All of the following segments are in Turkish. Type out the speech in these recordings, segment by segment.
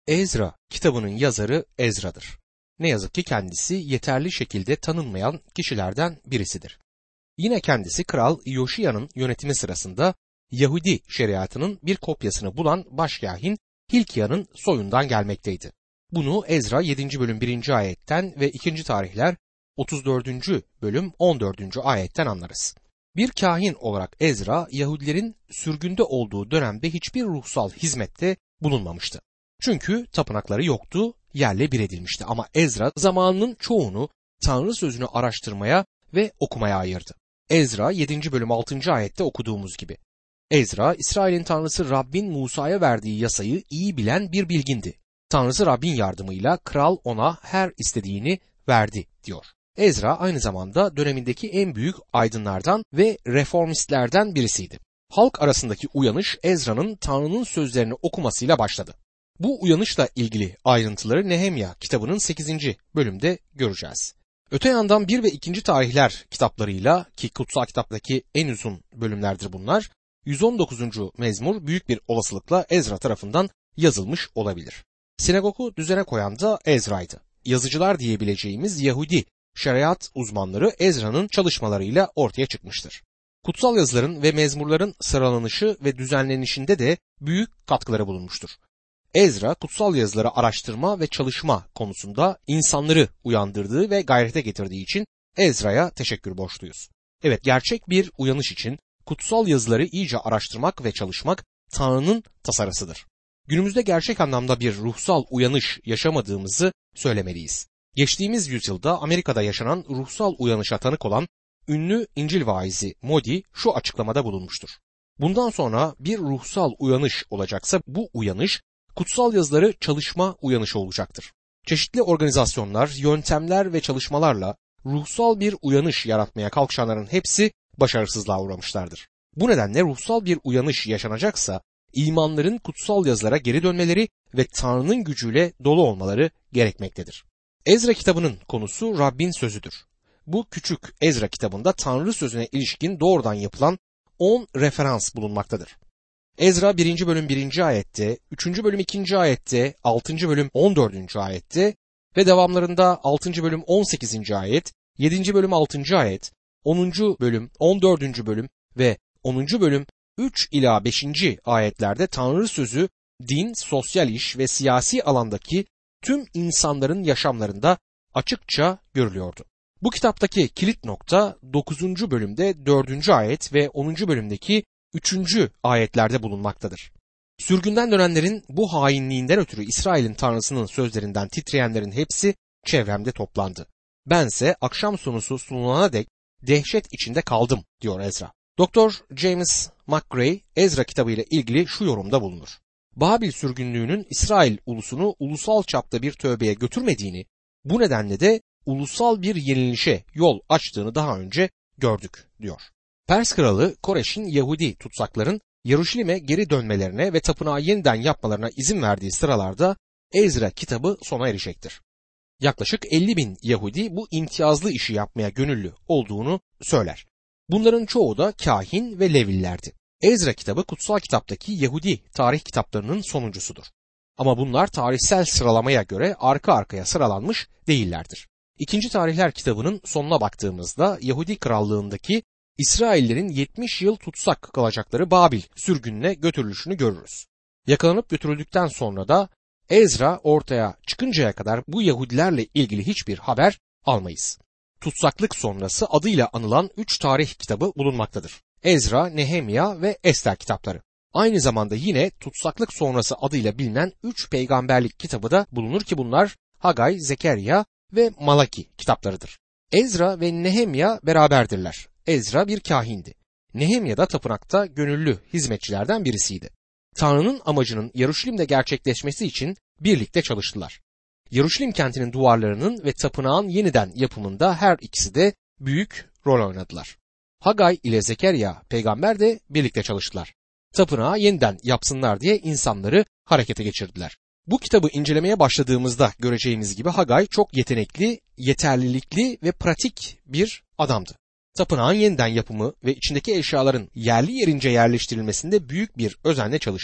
Ezra kitabının yazarı Ezra'dır. Ne yazık ki kendisi yeterli şekilde tanınmayan kişilerden birisidir. Yine kendisi Kral Yoşiya'nın yönetimi sırasında Yahudi şeriatının bir kopyasını bulan başkâhin Hilkiya'nın soyundan gelmekteydi. Bunu Ezra 7. bölüm 1. ayetten ve 2. tarihler 34. bölüm 14. ayetten anlarız. Bir kahin olarak Ezra, Yahudilerin sürgünde olduğu dönemde hiçbir ruhsal hizmette bulunmamıştı. Çünkü tapınakları yoktu, yerle bir edilmişti. Ama Ezra zamanının çoğunu Tanrı sözünü araştırmaya ve okumaya ayırdı. Ezra 7. bölüm 6. ayette okuduğumuz gibi. Ezra, İsrail'in Tanrısı Rabbin Musa'ya verdiği yasayı iyi bilen bir bilgindi. Tanrısı Rabbin yardımıyla kral ona her istediğini verdi diyor. Ezra aynı zamanda dönemindeki en büyük aydınlardan ve reformistlerden birisiydi. Halk arasındaki uyanış Ezra'nın Tanrı'nın sözlerini okumasıyla başladı. Bu uyanışla ilgili ayrıntıları Nehemya kitabının 8. bölümde göreceğiz. Öte yandan 1 ve 2. tarihler kitaplarıyla, ki kutsal kitaptaki en uzun bölümlerdir bunlar, 119. mezmur büyük bir olasılıkla Ezra tarafından yazılmış olabilir. Sinagogu düzene koyan da Ezra'ydı. Yazıcılar diyebileceğimiz Yahudi şeriat uzmanları Ezra'nın çalışmalarıyla ortaya çıkmıştır. Kutsal yazıların ve mezmurların sıralanışı ve düzenlenişinde de büyük katkıları bulunmuştur. Ezra kutsal yazıları araştırma ve çalışma konusunda insanları uyandırdığı ve gayrete getirdiği için Ezra'ya teşekkür borçluyuz. Evet, gerçek bir uyanış için kutsal yazıları iyice araştırmak ve çalışmak Tanrı'nın tasarısıdır. Günümüzde gerçek anlamda bir ruhsal uyanış yaşamadığımızı söylemeliyiz. Geçtiğimiz yüzyılda Amerika'da yaşanan ruhsal uyanışa tanık olan ünlü İncil vaizi Moody şu açıklamada bulunmuştur. Bundan sonra bir ruhsal uyanış olacaksa bu uyanış kutsal yazıları çalışma uyanışı olacaktır. Çeşitli organizasyonlar, yöntemler ve çalışmalarla ruhsal bir uyanış yaratmaya kalkışanların hepsi başarısızlığa uğramışlardır. Bu nedenle ruhsal bir uyanış yaşanacaksa imanların kutsal yazılara geri dönmeleri ve Tanrı'nın gücüyle dolu olmaları gerekmektedir. Ezra kitabının konusu Rabbin sözüdür. Bu küçük Ezra kitabında Tanrı sözüne ilişkin doğrudan yapılan 10 referans bulunmaktadır. Ezra 1. bölüm 1. ayette, 3. bölüm 2. ayette, 6. bölüm 14. ayette ve devamlarında 6. bölüm 18. ayet, 7. bölüm 6. ayet, 10. bölüm 14. bölüm ve 10. bölüm 3 ila 5. ayetlerde Tanrı sözü din, sosyal iş ve siyasi alandaki tüm insanların yaşamlarında açıkça görülüyordu. Bu kitaptaki kilit nokta 9. bölümde 4. ayet ve 10. bölümdeki 3. ayetlerde bulunmaktadır. Sürgünden dönenlerin bu hainliğinden ötürü İsrail'in Tanrısının sözlerinden titreyenlerin hepsi çevremde toplandı. Bense akşam sonusu sunulana dek dehşet içinde kaldım diyor Ezra. Dr. James McGray Ezra kitabı ile ilgili şu yorumda bulunur. Babil sürgünlüğünün İsrail ulusunu ulusal çapta bir tövbeye götürmediğini, bu nedenle de ulusal bir yenilişe yol açtığını daha önce gördük diyor. Pers kralı Koreş'in Yahudi tutsakların Yeruşalim'e geri dönmelerine ve tapınağı yeniden yapmalarına izin verdiği sıralarda Ezra kitabı sona erecektir. Yaklaşık 50.000 Yahudi bu imtiyazlı işi yapmaya gönüllü olduğunu söyler. Bunların çoğu da kahin ve Levililerdi. Ezra kitabı kutsal kitaptaki Yahudi tarih kitaplarının sonuncusudur. Ama bunlar tarihsel sıralamaya göre arka arkaya sıralanmış değillerdir. 2. Tarihler kitabının sonuna baktığımızda Yahudi krallığındaki İsraillerin 70 yıl tutsak kalacakları Babil sürgününe götürülüşünü görürüz. Yakalanıp götürüldükten sonra da Ezra ortaya çıkıncaya kadar bu Yahudilerle ilgili hiçbir haber almayız. Tutsaklık sonrası adıyla anılan 3 tarih kitabı bulunmaktadır. Ezra, Nehemya ve Ester kitapları. Aynı zamanda yine tutsaklık sonrası adıyla bilinen 3 peygamberlik kitabı da bulunur ki bunlar Hagay, Zekeriya ve Malaki kitaplarıdır. Ezra ve Nehemya beraberdirler. Ezra bir kahindi. Nehemya da tapınakta gönüllü hizmetçilerden birisiydi. Tanrı'nın amacının Yeruşalim'de gerçekleşmesi için birlikte çalıştılar. Yeruşalim kentinin duvarlarının ve tapınağın yeniden yapımında her ikisi de büyük rol oynadılar. Hagay ile Zekeriya peygamber de birlikte çalıştılar. Tapınağı yeniden yapsınlar diye insanları harekete geçirdiler. Bu kitabı incelemeye başladığımızda göreceğimiz gibi Hagay çok yetenekli, yeterlilikli ve pratik bir adamdı. Tapınağın yeniden yapımı ve içindeki eşyaların yerli yerince yerleştirilmesinde büyük bir özenle çalıştı.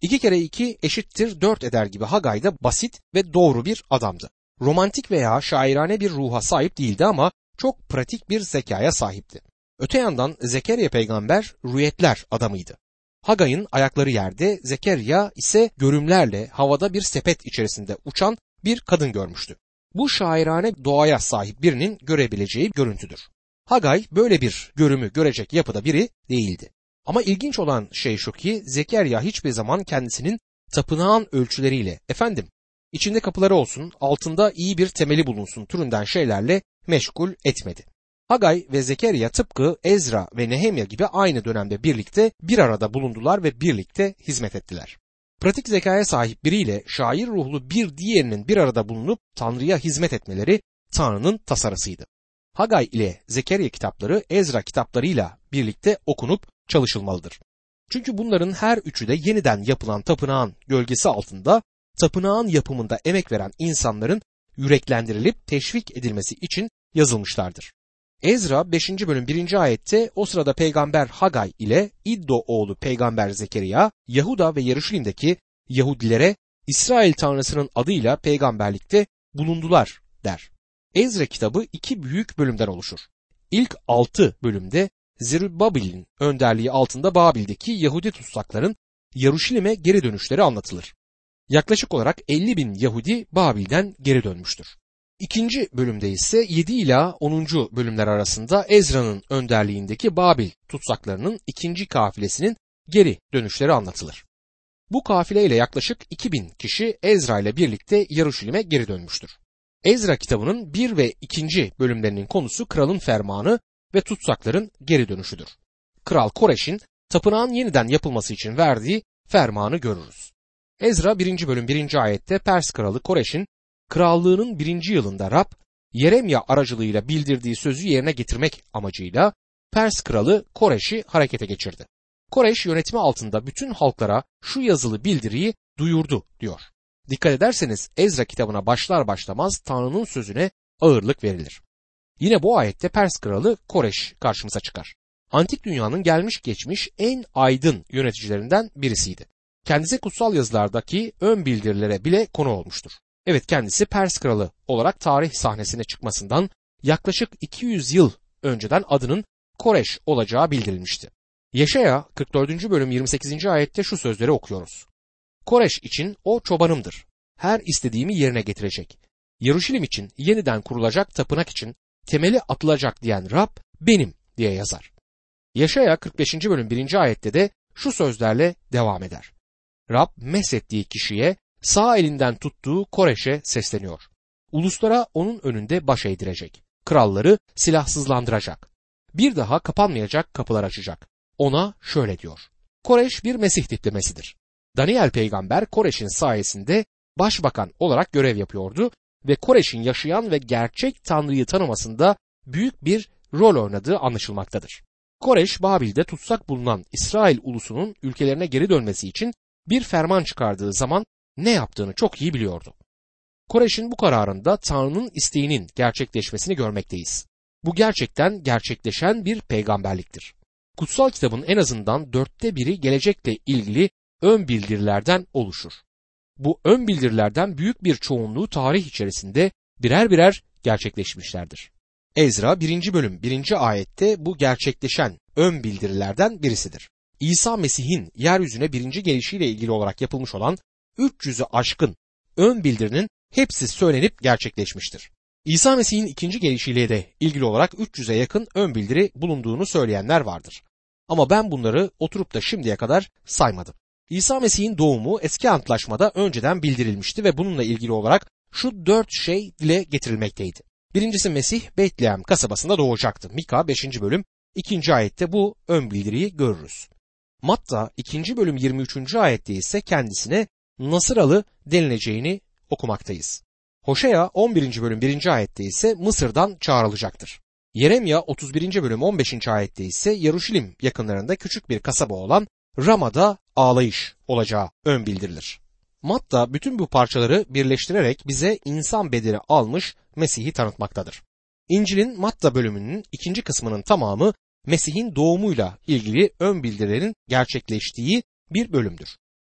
2 kere 2 eşittir 4 eder gibi Hagay da basit ve doğru bir adamdı. Romantik veya şairane bir ruha sahip değildi ama çok pratik bir zekaya sahipti. Öte yandan Zekeriya peygamber rüyetler adamıydı. Hagay'ın ayakları yerde, Zekeriya ise görümlerle havada bir sepet içerisinde uçan bir kadın görmüştü. Bu şairane doğaya sahip birinin görebileceği görüntüdür. Hagay böyle bir görümü görecek yapıda biri değildi. Ama ilginç olan şey şu ki Zekeriya hiçbir zaman kendisinin tapınağın ölçüleriyle, içinde kapıları olsun, altında iyi bir temeli bulunsun türünden şeylerle meşgul etmedi. Hagay ve Zekeriya tıpkı Ezra ve Nehemya gibi aynı dönemde birlikte bir arada bulundular ve birlikte hizmet ettiler. Pratik zekaya sahip biriyle şair ruhlu bir diğerinin bir arada bulunup Tanrı'ya hizmet etmeleri Tanrı'nın tasarısıydı. Hagay ile Zekeriya kitapları Ezra kitaplarıyla birlikte okunup çalışılmalıdır. Çünkü bunların her üçü de yeniden yapılan tapınağın gölgesi altında tapınağın yapımında emek veren insanların yüreklendirilip teşvik edilmesi için yazılmışlardır. Ezra 5. bölüm 1. ayette o sırada peygamber Hagay ile İddo oğlu peygamber Zekeriya, Yahuda ve Yeruşalim'deki Yahudilere İsrail Tanrısının adıyla peygamberlikte bulundular der. Ezra kitabı 2 büyük bölümden oluşur. İlk 6 bölümde Zerubabel'in önderliği altında Babil'deki Yahudi tutsakların Yeruşalim'e geri dönüşleri anlatılır. Yaklaşık olarak 50.000 Yahudi Babil'den geri dönmüştür. İkinci bölümde ise 7 ila 10. bölümler arasında Ezra'nın önderliğindeki Babil tutsaklarının ikinci kafilesinin geri dönüşleri anlatılır. Bu kafileyle yaklaşık 2000 kişi Ezra ile birlikte Yeruşalim'e geri dönmüştür. Ezra kitabının 1 ve 2. bölümlerinin konusu kralın fermanı ve tutsakların geri dönüşüdür. Kral Koreş'in tapınağın yeniden yapılması için verdiği fermanı görürüz. Ezra 1. bölüm 1. ayette Pers kralı Koreş'in krallığının 1. yılında Rab, Yeremya aracılığıyla bildirdiği sözü yerine getirmek amacıyla Pers kralı Koreş'i harekete geçirdi. Koreş yönetimi altında bütün halklara şu yazılı bildiriyi duyurdu diyor. Dikkat ederseniz Ezra kitabına başlar başlamaz Tanrı'nın sözüne ağırlık verilir. Yine bu ayette Pers kralı Koreş karşımıza çıkar. Antik dünyanın gelmiş geçmiş en aydın yöneticilerinden birisiydi. Kendisi kutsal yazılardaki ön bildirilere bile konu olmuştur. Evet, kendisi Pers kralı olarak tarih sahnesine çıkmasından yaklaşık 200 yıl önceden adının Koreş olacağı bildirilmişti. Yeşaya 44. bölüm 28. ayette şu sözleri okuyoruz. Koreş için o çobanımdır. Her istediğimi yerine getirecek. Yeruşalim için yeniden kurulacak tapınak için temeli atılacak diyen Rab benim diye yazar. Yeşaya 45. bölüm 1. ayette de şu sözlerle devam eder. Rab meshettiği kişiye sağ elinden tuttuğu Koreş'e sesleniyor. Uluslara onun önünde baş eğdirecek. Kralları silahsızlandıracak. Bir daha kapanmayacak kapılar açacak. Ona şöyle diyor. Koreş bir Mesih tiplemesidir. Daniel peygamber Koreş'in sayesinde başbakan olarak görev yapıyordu ve Koreş'in yaşayan ve gerçek Tanrı'yı tanımasında büyük bir rol oynadığı anlaşılmaktadır. Koreş, Babil'de tutsak bulunan İsrail ulusunun ülkelerine geri dönmesi için bir ferman çıkardığı zaman ne yaptığını çok iyi biliyordu. Koreş'in bu kararında Tanrı'nın isteğinin gerçekleşmesini görmekteyiz. Bu gerçekten gerçekleşen bir peygamberliktir. Kutsal kitabın en azından 1/4 gelecekle ilgili ön bildirilerden oluşur. Bu ön bildirilerden büyük bir çoğunluğu tarih içerisinde birer birer gerçekleşmişlerdir. Ezra 1. bölüm 1. ayette bu gerçekleşen ön bildirilerden birisidir. İsa Mesih'in yeryüzüne birinci gelişiyle ilgili olarak yapılmış olan 300'ü aşkın ön bildirinin hepsi söylenip gerçekleşmiştir. İsa Mesih'in ikinci gelişiyle de ilgili olarak 300'e yakın ön bildiri bulunduğunu söyleyenler vardır. Ama ben bunları oturup da şimdiye kadar saymadım. İsa Mesih'in doğumu eski antlaşmada önceden bildirilmişti ve bununla ilgili olarak şu 4 şey dile getirilmekteydi. Birincisi, Mesih Betlehem kasabasında doğacaktı. Mika 5. bölüm 2. ayette bu ön bildiriyi görürüz. Matta 2. bölüm 23. ayette ise kendisine Nasıralı denileceğini okumaktayız. Hoşea 11. bölüm 1. ayette ise Mısır'dan çağrılacaktır. Yeremya 31. bölüm 15. ayette ise Yeruşalim yakınlarında küçük bir kasaba olan Rama'da ağlayış olacağı ön bildirilir. Matta bütün bu parçaları birleştirerek bize insan bedeni almış Mesih'i tanıtmaktadır. İncil'in Matta bölümünün ikinci kısmının tamamı Mesih'in doğumuyla ilgili ön bildirilerin gerçekleştiği bir bölümdür.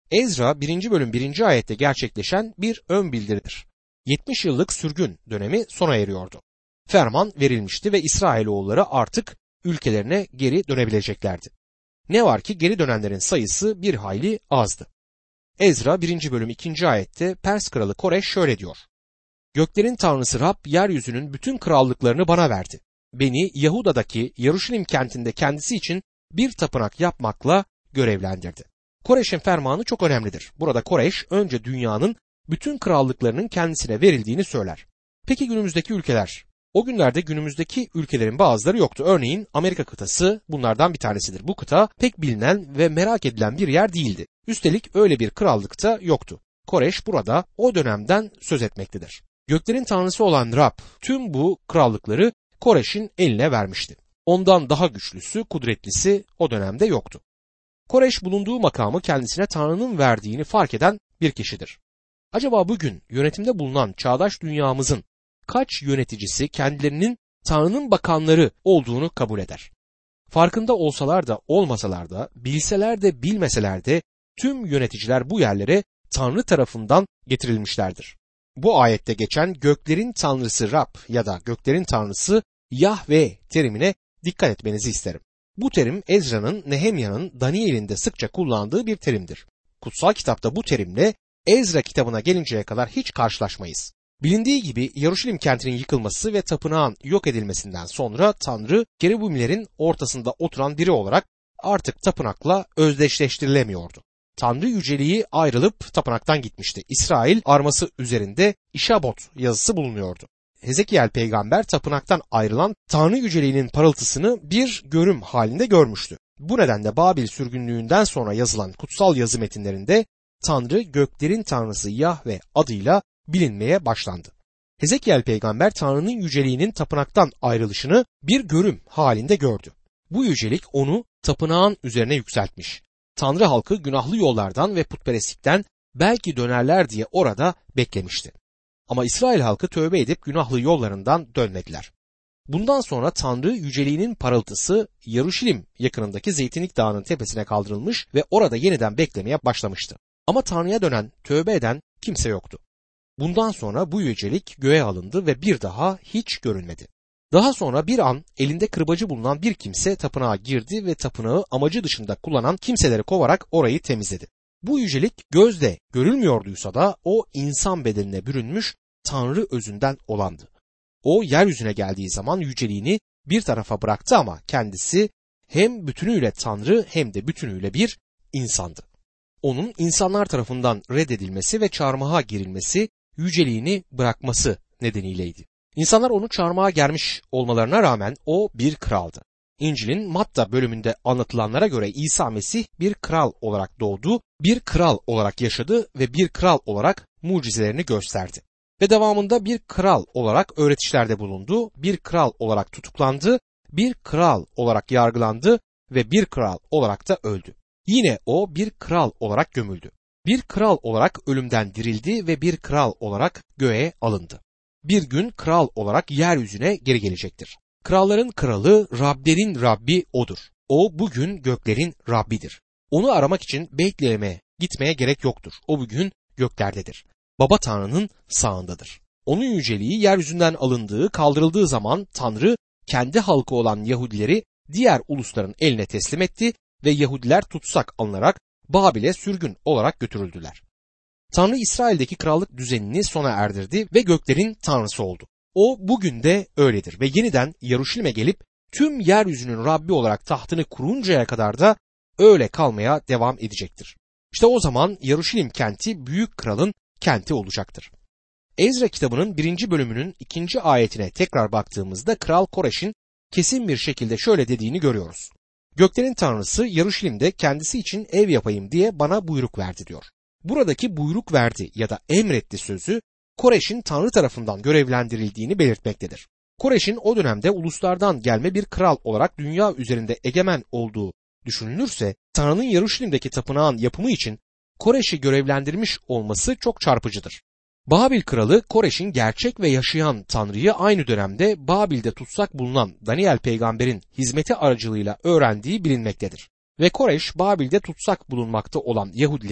Ezra 1. bölüm 1. ayette gerçekleşen bir ön bildiridir. 70 yıllık sürgün dönemi sona eriyordu. Ferman verilmişti ve İsrailoğulları artık ülkelerine geri dönebileceklerdi. Ne var ki geri dönenlerin sayısı bir hayli azdı. Ezra 1. bölüm 2. ayette Pers kralı Koreş şöyle diyor: Göklerin tanrısı Rab yeryüzünün bütün krallıklarını bana verdi. Beni Yahuda'daki Yaruşilim kentinde kendisi için bir tapınak yapmakla görevlendirdi. Koreş'in fermanı çok önemlidir. Burada Koreş önce dünyanın bütün krallıklarının kendisine verildiğini söyler. Peki günümüzdeki ülkeler? O günlerde günümüzdeki ülkelerin bazıları yoktu. Örneğin Amerika kıtası bunlardan bir tanesidir. Bu kıta pek bilinen ve merak edilen bir yer değildi. Üstelik öyle bir krallık da yoktu. Koreş burada o dönemden söz etmektedir. Göklerin tanrısı olan Rab tüm bu krallıkları Koreş'in eline vermişti. Ondan daha güçlüsü, kudretlisi o dönemde yoktu. Koreş bulunduğu makamı kendisine Tanrı'nın verdiğini fark eden bir kişidir. Acaba bugün yönetimde bulunan çağdaş dünyamızın kaç yöneticisi kendilerinin Tanrı'nın bakanları olduğunu kabul eder? Farkında olsalar da olmasalar da, bilseler de bilmeseler de tüm yöneticiler bu yerlere Tanrı tarafından getirilmişlerdir. Bu ayette geçen göklerin tanrısı Rab ya da göklerin tanrısı Yahve terimine dikkat etmenizi isterim. Bu terim Ezra'nın, Nehemya'nın, Daniel'in de sıkça kullandığı bir terimdir. Kutsal kitapta bu terimle Ezra kitabına gelinceye kadar hiç karşılaşmayız. Bilindiği gibi Yaruşilim kentinin yıkılması ve tapınağın yok edilmesinden sonra Tanrı kerubimlerin ortasında oturan biri olarak artık tapınakla özdeşleştirilemiyordu. Tanrı yüceliği ayrılıp tapınaktan gitmişti. İsrail arması üzerinde İşabot yazısı bulunuyordu. Hezekiel peygamber tapınaktan ayrılan Tanrı yüceliğinin parıltısını bir görüm halinde görmüştü. Bu nedenle Babil sürgünlüğünden sonra yazılan kutsal yazı metinlerinde Tanrı göklerin tanrısı Yahve adıyla bilinmeye başlandı. Hezekiel peygamber Tanrı'nın yüceliğinin tapınaktan ayrılışını bir görüm halinde gördü. Bu yücelik onu tapınağın üzerine yükseltmiş. Tanrı halkı günahlı yollardan ve putperestlikten belki dönerler diye orada beklemişti. Ama İsrail halkı tövbe edip günahlı yollarından dönmediler. Bundan sonra Tanrı yüceliğinin parıltısı Yaruşilim yakınındaki Zeytinlik Dağı'nın tepesine kaldırılmış ve orada yeniden beklemeye başlamıştı. Ama Tanrı'ya dönen, tövbe eden kimse yoktu. Bundan sonra bu yücelik göğe alındı ve bir daha hiç görünmedi. Daha sonra bir an elinde kırbacı bulunan bir kimse tapınağa girdi ve tapınağı amacı dışında kullanan kimseleri kovarak orayı temizledi. Bu yücelik gözle görülmüyorduysa da o insan bedenine bürünmüş Tanrı özünden olandı. O yeryüzüne geldiği zaman yüceliğini bir tarafa bıraktı ama kendisi hem bütünüyle Tanrı hem de bütünüyle bir insandı. Onun insanlar tarafından reddedilmesi ve çarmıha girilmesi yüceliğini bırakması nedeniyleydi. İnsanlar onu çarmıha germiş olmalarına rağmen o bir kraldı. İncil'in Matta bölümünde anlatılanlara göre İsa Mesih bir kral olarak doğdu, bir kral olarak yaşadı ve bir kral olarak mucizelerini gösterdi. Ve devamında bir kral olarak öğretişlerde bulundu, bir kral olarak tutuklandı, bir kral olarak yargılandı ve bir kral olarak da öldü. Yine o bir kral olarak gömüldü. Bir kral olarak ölümden dirildi ve bir kral olarak göğe alındı. Bir gün kral olarak yeryüzüne geri gelecektir. Kralların kralı, Rablerin Rabbi odur. O bugün göklerin Rabbidir. Onu aramak için Beytlehem'e gitmeye gerek yoktur. O bugün göklerdedir. Baba Tanrı'nın sağındadır. Onun yüceliği yeryüzünden alındığı, kaldırıldığı zaman Tanrı kendi halkı olan Yahudileri diğer ulusların eline teslim etti ve Yahudiler tutsak alınarak Babil'e sürgün olarak götürüldüler. Tanrı İsrail'deki krallık düzenini sona erdirdi ve göklerin tanrısı oldu. O bugün de öyledir ve yeniden Yaruşilim'e gelip tüm yeryüzünün Rabbi olarak tahtını kuruncaya kadar da öyle kalmaya devam edecektir. İşte o zaman Yaruşilim kenti büyük kralın kenti olacaktır. Ezra kitabının 1. bölümünün 2. ayetine tekrar baktığımızda Kral Koreş'in kesin bir şekilde şöyle dediğini görüyoruz. Göklerin tanrısı Yaruşilim'de kendisi için ev yapayım diye bana buyruk verdi diyor. Buradaki buyruk verdi ya da emretti sözü Koreş'in Tanrı tarafından görevlendirildiğini belirtmektedir. Koreş'in o dönemde uluslardan gelme bir kral olarak dünya üzerinde egemen olduğu düşünülürse Tanrı'nın Yaruşilim'deki tapınağın yapımı için Koreş'i görevlendirmiş olması çok çarpıcıdır. Babil kralı Koreş'in gerçek ve yaşayan Tanrı'yı aynı dönemde Babil'de tutsak bulunan Daniel peygamberin hizmeti aracılığıyla öğrendiği bilinmektedir. Ve Koreş Babil'de tutsak bulunmakta olan Yahudilerin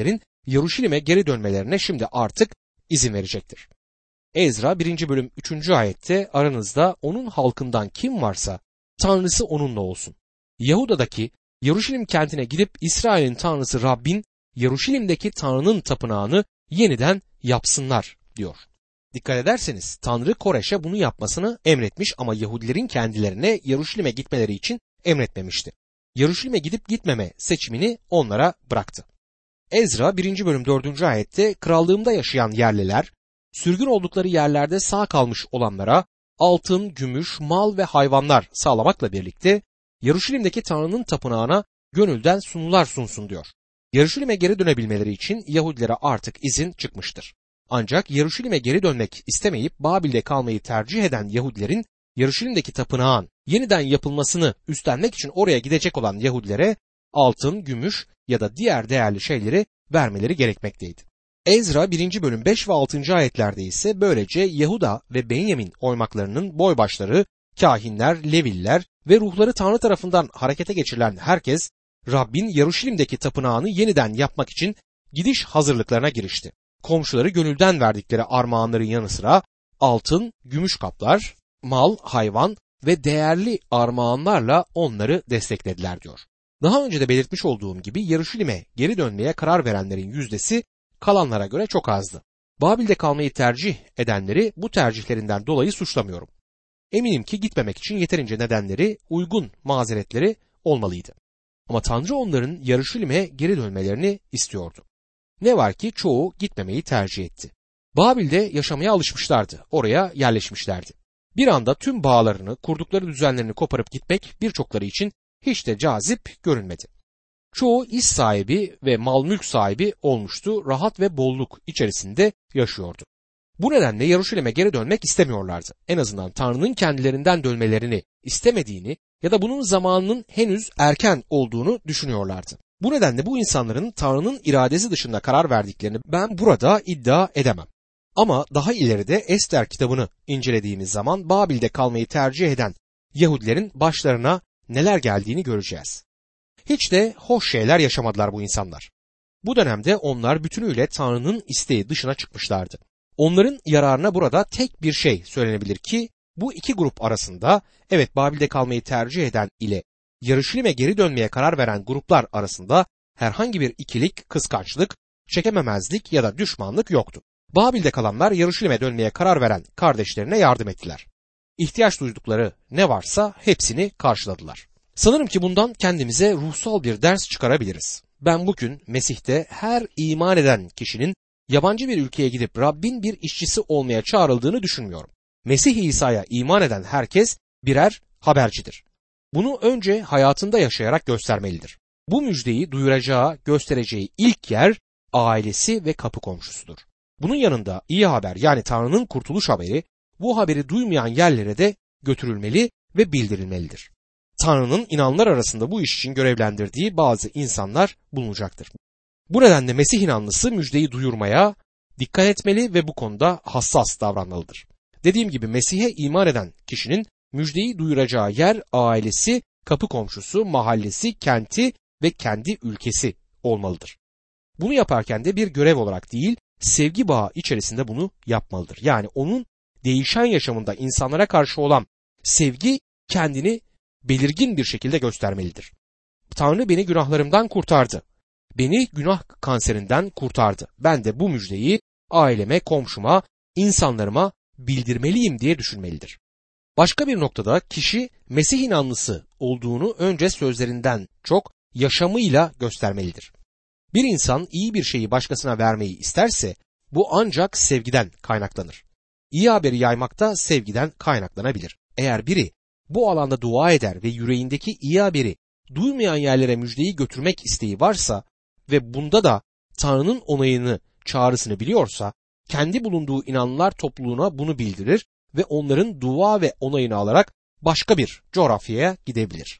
Yeruşalim'e geri dönmelerine şimdi artık izin verecektir. Ezra 1. bölüm 3. ayette aranızda onun halkından kim varsa Tanrısı onunla olsun. Yahuda'daki Yeruşalim kentine gidip İsrail'in Tanrısı Rabbin Yeruşalim'deki Tanrı'nın tapınağını yeniden yapsınlar diyor. Dikkat ederseniz Tanrı Koreş'e bunu yapmasını emretmiş ama Yahudilerin kendilerine Yeruşalim'e gitmeleri için emretmemişti. Yeruşalim'e gidip gitmeme seçimini onlara bıraktı. Ezra 1. bölüm 4. ayette krallığımda yaşayan yerliler, sürgün oldukları yerlerde sağ kalmış olanlara altın, gümüş, mal ve hayvanlar sağlamakla birlikte Yeruşalim'deki Tanrı'nın tapınağına gönülden sunular sunsun diyor. Yeruşalim'e geri dönebilmeleri için Yahudilere artık izin çıkmıştır. Ancak Yeruşalim'e geri dönmek istemeyip Babil'de kalmayı tercih eden Yahudilerin Yeruşalim'deki tapınağın yeniden yapılmasını üstlenmek için oraya gidecek olan Yahudilere altın, gümüş ya da diğer değerli şeyleri vermeleri gerekmekteydi. Ezra 1. bölüm 5 ve 6. ayetlerde ise böylece Yahuda ve Benyamin oymaklarının boybaşları, kahinler, Leviller ve ruhları Tanrı tarafından harekete geçirilen herkes Rabbin Yeruşalim'deki tapınağını yeniden yapmak için gidiş hazırlıklarına girişti. Komşuları gönülden verdikleri armağanların yanı sıra altın, gümüş kaplar, mal, hayvan ve değerli armağanlarla onları desteklediler diyor. Daha önce de belirtmiş olduğum gibi Yeruşalim'e geri dönmeye karar verenlerin yüzdesi kalanlara göre çok azdı. Babil'de kalmayı tercih edenleri bu tercihlerinden dolayı suçlamıyorum. Eminim ki gitmemek için yeterince nedenleri, uygun mazeretleri olmalıydı. Ama Tanrı onların Yeruşalim'e geri dönmelerini istiyordu. Ne var ki çoğu gitmemeyi tercih etti. Babil'de yaşamaya alışmışlardı, oraya yerleşmişlerdi. Bir anda tüm bağlarını, kurdukları düzenlerini koparıp gitmek birçokları için hiç de cazip görünmedi. Çoğu iş sahibi ve mal mülk sahibi olmuştu, rahat ve bolluk içerisinde yaşıyordu. Bu nedenle Yeruşalim'e geri dönmek istemiyorlardı. En azından Tanrı'nın kendilerinden dönmelerini istemediğini ya da bunun zamanının henüz erken olduğunu düşünüyorlardı. Bu nedenle bu insanların Tanrı'nın iradesi dışında karar verdiklerini ben burada iddia edemem. Ama daha ileride Ester kitabını incelediğimiz zaman Babil'de kalmayı tercih eden Yahudilerin başlarına neler geldiğini göreceğiz. Hiç de hoş şeyler yaşamadılar bu insanlar. Bu dönemde onlar bütünüyle Tanrı'nın isteği dışına çıkmışlardı. Onların yararına burada tek bir şey söylenebilir ki bu iki grup arasında evet Babil'de kalmayı tercih eden ile Yeruşalim'e geri dönmeye karar veren gruplar arasında herhangi bir ikilik, kıskançlık, çekememezlik ya da düşmanlık yoktu. Babil'de kalanlar Yeruşalim'e dönmeye karar veren kardeşlerine yardım ettiler. İhtiyaç duydukları ne varsa hepsini karşıladılar. Sanırım ki bundan kendimize ruhsal bir ders çıkarabiliriz. Ben bugün Mesih'te her iman eden kişinin yabancı bir ülkeye gidip Rabbin bir işçisi olmaya çağrıldığını düşünmüyorum. Mesih İsa'ya iman eden herkes birer habercidir. Bunu önce hayatında yaşayarak göstermelidir. Bu müjdeyi duyuracağı, göstereceği ilk yer ailesi ve kapı komşusudur. Bunun yanında iyi haber yani Tanrı'nın kurtuluş haberi bu haberi duymayan yerlere de götürülmeli ve bildirilmelidir. Tanrı'nın inanlar arasında bu iş için görevlendirdiği bazı insanlar bulunacaktır. Bu nedenle Mesih inanlısı müjdeyi duyurmaya dikkat etmeli ve bu konuda hassas davranmalıdır. Dediğim gibi Mesih'e iman eden kişinin müjdeyi duyuracağı yer ailesi, kapı komşusu, mahallesi, kenti ve kendi ülkesi olmalıdır. Bunu yaparken de bir görev olarak değil, sevgi bağı içerisinde bunu yapmalıdır. Yani onun değişen yaşamında insanlara karşı olan sevgi kendini belirgin bir şekilde göstermelidir. Tanrı beni günahlarımdan kurtardı. Beni günah kanserinden kurtardı. Ben de bu müjdeyi aileme, komşuma, insanlarıma bildirmeliyim diye düşünmelidir. Başka bir noktada kişi Mesih inanlısı olduğunu önce sözlerinden çok yaşamıyla göstermelidir. Bir insan iyi bir şeyi başkasına vermeyi isterse bu ancak sevgiden kaynaklanır. İyi haberi yaymak da sevgiden kaynaklanabilir. Eğer biri bu alanda dua eder ve yüreğindeki iyi haberi duymayan yerlere müjdeyi götürmek isteği varsa ve bunda da Tanrı'nın onayını, çağrısını biliyorsa, kendi bulunduğu inanlılar topluluğuna bunu bildirir ve onların dua ve onayını alarak başka bir coğrafyaya gidebilir.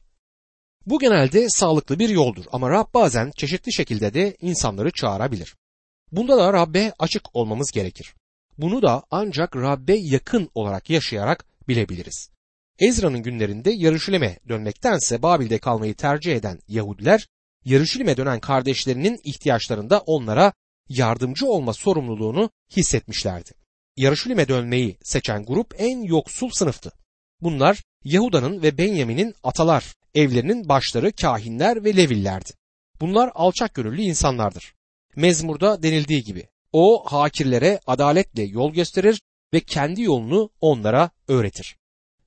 Bu genelde sağlıklı bir yoldur ama Rab bazen çeşitli şekilde de insanları çağırabilir. Bunda da Rab'be açık olmamız gerekir. Bunu da ancak Rab'be yakın olarak yaşayarak bilebiliriz. Ezra'nın günlerinde Yeruşalim'e dönmektense Babil'de kalmayı tercih eden Yahudiler, Yeruşalim'e dönen kardeşlerinin ihtiyaçlarında onlara yardımcı olma sorumluluğunu hissetmişlerdi. Yarışilim'e dönmeyi seçen grup en yoksul sınıftı. Bunlar Yahuda'nın ve Benyamin'in atalar, evlerinin başları kâhinler ve Levillerdi. Bunlar alçak gönüllü insanlardır. Mezmurda denildiği gibi o hakirlere adaletle yol gösterir ve kendi yolunu onlara öğretir.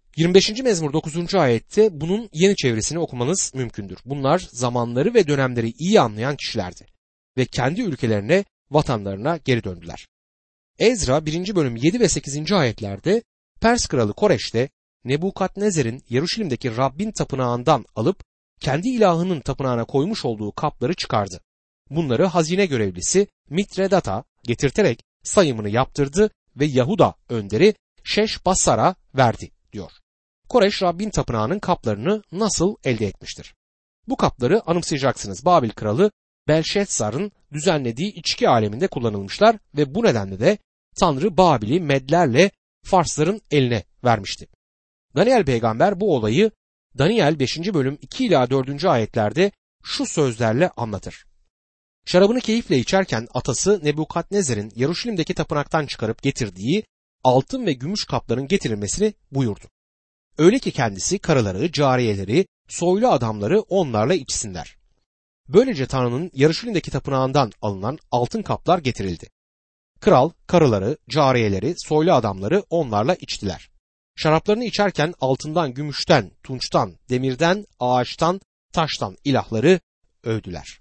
25. mezmur 9. ayette bunun yeni çevirisini okumanız mümkündür. Bunlar zamanları ve dönemleri iyi anlayan kişilerdi ve kendi ülkelerine, vatanlarına geri döndüler. Ezra 1. bölüm 7 ve 8. ayetlerde Pers kralı Koreş'te Nebukadnezer'in Yaruşilim'deki Rabbin tapınağından alıp kendi ilahının tapınağına koymuş olduğu kapları çıkardı. Bunları hazine görevlisi Mitredat'a getirterek sayımını yaptırdı ve Yahuda önderi Şeşbassar'a verdi diyor. Koreş Rabbin tapınağının kaplarını nasıl elde etmiştir? Bu kapları anımsayacaksınız. Babil kralı Belşezzar'ın düzenlediği içki aleminde kullanılmışlar ve bu nedenle de Tanrı Babil'i Medlerle Farsların eline vermişti. Daniel peygamber bu olayı Daniel 5. bölüm 2 ila 4. ayetlerde şu sözlerle anlatır. Şarabını keyifle içerken atası Nebukadnezer'in Yaruşilim'deki tapınaktan çıkarıp getirdiği altın ve gümüş kapların getirilmesini buyurdu. Öyle ki kendisi karıları, cariyeleri, soylu adamları onlarla içsinler. Böylece Tanrı'nın Yaruşilim'deki tapınağından alınan altın kaplar getirildi. Kral, karıları, cariyeleri, soylu adamları onlarla içtiler. Şaraplarını içerken altından, gümüşten, tunçtan, demirden, ağaçtan, taştan ilahları övdüler.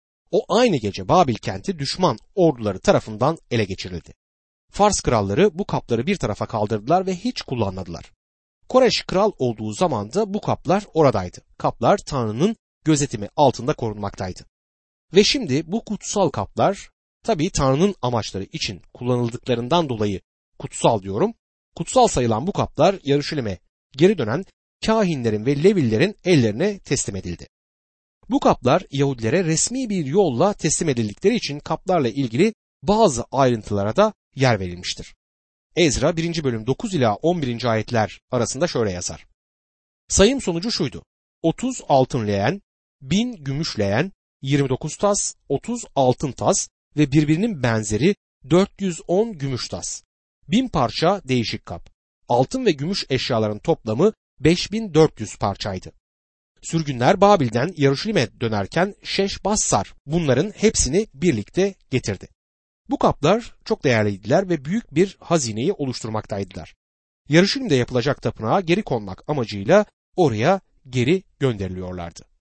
O aynı gece Babil kenti düşman orduları tarafından ele geçirildi. Fars kralları bu kapları bir tarafa kaldırdılar ve hiç kullanmadılar. Koreş kral olduğu zaman da bu kaplar oradaydı. Kaplar Tanrı'nın gözetimi altında korunmaktaydı. Ve şimdi bu kutsal kaplar tabii Tanrı'nın amaçları için kullanıldıklarından dolayı kutsal diyorum. Kutsal sayılan bu kaplar Yaruşilim'e geri dönen kâhinlerin ve Levillerin ellerine teslim edildi. Bu kaplar Yahudilere resmi bir yolla teslim edildikleri için kaplarla ilgili bazı ayrıntılara da yer verilmiştir. Ezra 1. bölüm 9 ila 11. ayetler arasında şöyle yazar. Sayım sonucu şuydu. 30 altın leğen, 1000 gümüş leğen, 29 tas, 30 altın tas ve birbirinin benzeri 410 gümüş tas. 1000 parça değişik kap. Altın ve gümüş eşyaların toplamı 5400 parçaydı. Sürgünler Babil'den Yaruşilim'e dönerken Şeşbassar bunların hepsini birlikte getirdi. Bu kaplar çok değerliydiler ve büyük bir hazineyi oluşturmaktaydılar. Yaruşilim'de yapılacak tapınağa geri konmak amacıyla oraya geri gönderiliyorlardı.